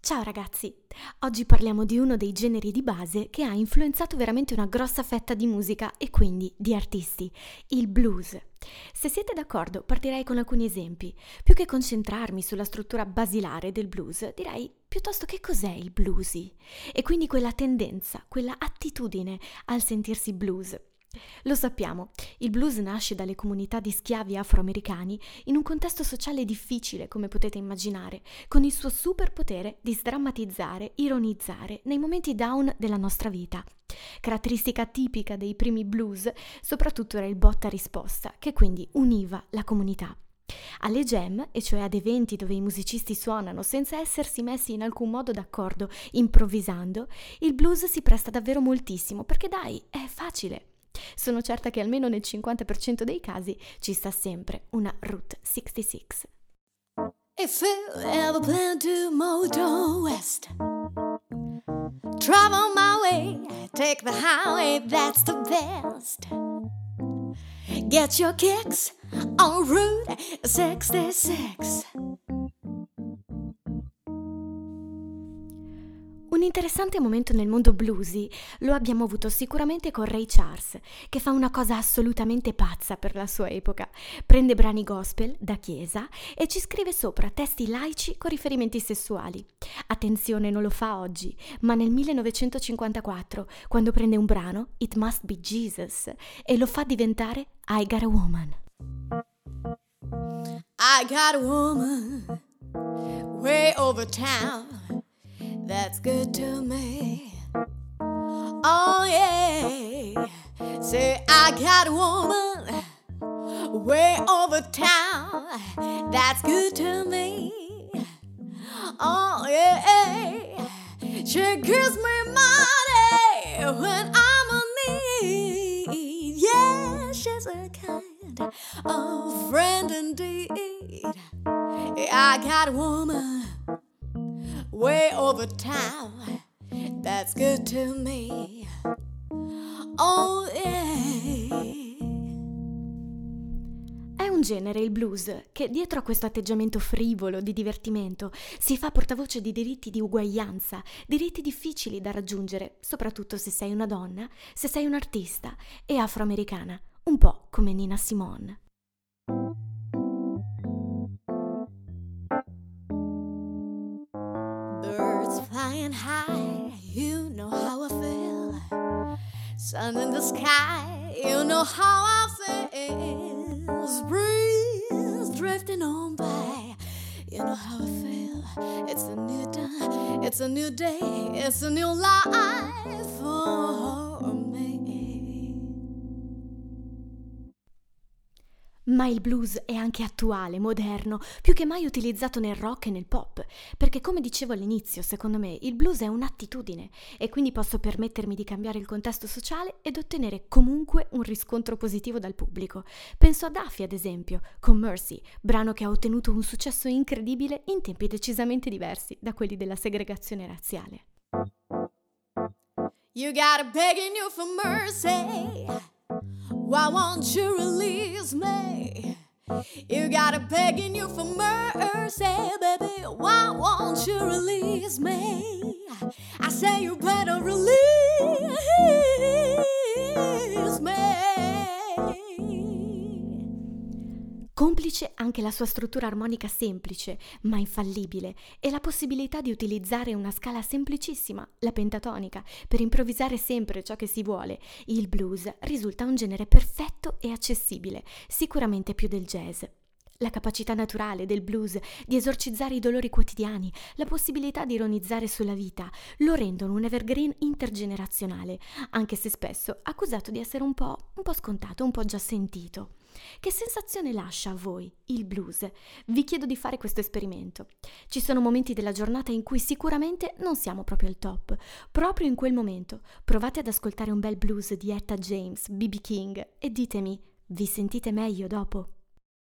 Ciao ragazzi, oggi parliamo di uno dei generi di base che ha influenzato veramente una grossa fetta di musica e quindi di artisti, il blues. Se siete d'accordo, partirei con alcuni esempi. Più che concentrarmi sulla struttura basilare del blues, direi piuttosto che cos'è il bluesy e quindi quella tendenza, quella attitudine al sentirsi blues. Lo sappiamo, il blues nasce dalle comunità di schiavi afroamericani in un contesto sociale difficile, come potete immaginare, con il suo superpotere di sdrammatizzare, ironizzare nei momenti down della nostra vita. Caratteristica tipica dei primi blues, soprattutto era il botta-risposta, che quindi univa la comunità. Alle jam, e cioè ad eventi dove i musicisti suonano senza essersi messi in alcun modo d'accordo, improvvisando, il blues si presta davvero moltissimo perché dai, è facile. Sono certa che almeno nel 50% dei casi ci sta sempre una Route 66. If you ever plan to motor west, travel my way, take the highway, that's the best. Get your kicks on Route 66. Un interessante momento nel mondo bluesy lo abbiamo avuto sicuramente con Ray Charles, che fa una cosa assolutamente pazza per la sua epoca. Prende brani gospel da chiesa e ci scrive sopra testi laici con riferimenti sessuali. Attenzione, non lo fa oggi, ma nel 1954, quando prende un brano, It Must Be Jesus, e lo fa diventare I Got a Woman. I got a woman way over town that's good to me. Oh yeah, say I got a woman way over town that's good to me. Oh yeah, she gives me money when I'm in need. Yeah, she's a kind of friend indeed. I got a woman way over town that's good to me. Oh yeah. È un genere, il blues, che dietro a questo atteggiamento frivolo di divertimento si fa portavoce di diritti di uguaglianza, diritti difficili da raggiungere, soprattutto se sei una donna, se sei un artista e afroamericana, un po' come Nina Simone. Flying high, you know how I feel. Sun in the sky, you know how I feel. Breeze drifting on by, you know how I feel. It's a new time, it's a new day, it's a new life for me. Ma il blues è anche attuale, moderno, più che mai utilizzato nel rock e nel pop, perché come dicevo all'inizio, secondo me il blues è un'attitudine e quindi posso permettermi di cambiare il contesto sociale ed ottenere comunque un riscontro positivo dal pubblico. Penso a Duffy, ad esempio, con Mercy, brano che ha ottenuto un successo incredibile in tempi decisamente diversi da quelli della segregazione razziale. You got a begging you for mercy. Why won't you release me? You got a begging you for mercy, baby. Why won't you release me? I say you better release me. Complice anche la sua struttura armonica semplice, ma infallibile, e la possibilità di utilizzare una scala semplicissima, la pentatonica, per improvvisare sempre ciò che si vuole. Il blues risulta un genere perfetto e accessibile, sicuramente più del jazz. La capacità naturale del blues di esorcizzare i dolori quotidiani, la possibilità di ironizzare sulla vita, lo rendono un evergreen intergenerazionale, anche se spesso accusato di essere un po' scontato, un po' già sentito. Che sensazione lascia a voi il blues? Vi chiedo di fare questo esperimento. Ci sono momenti della giornata in cui sicuramente non siamo proprio al top. Proprio in quel momento provate ad ascoltare un bel blues di Etta James, B.B. King e ditemi, vi sentite meglio dopo?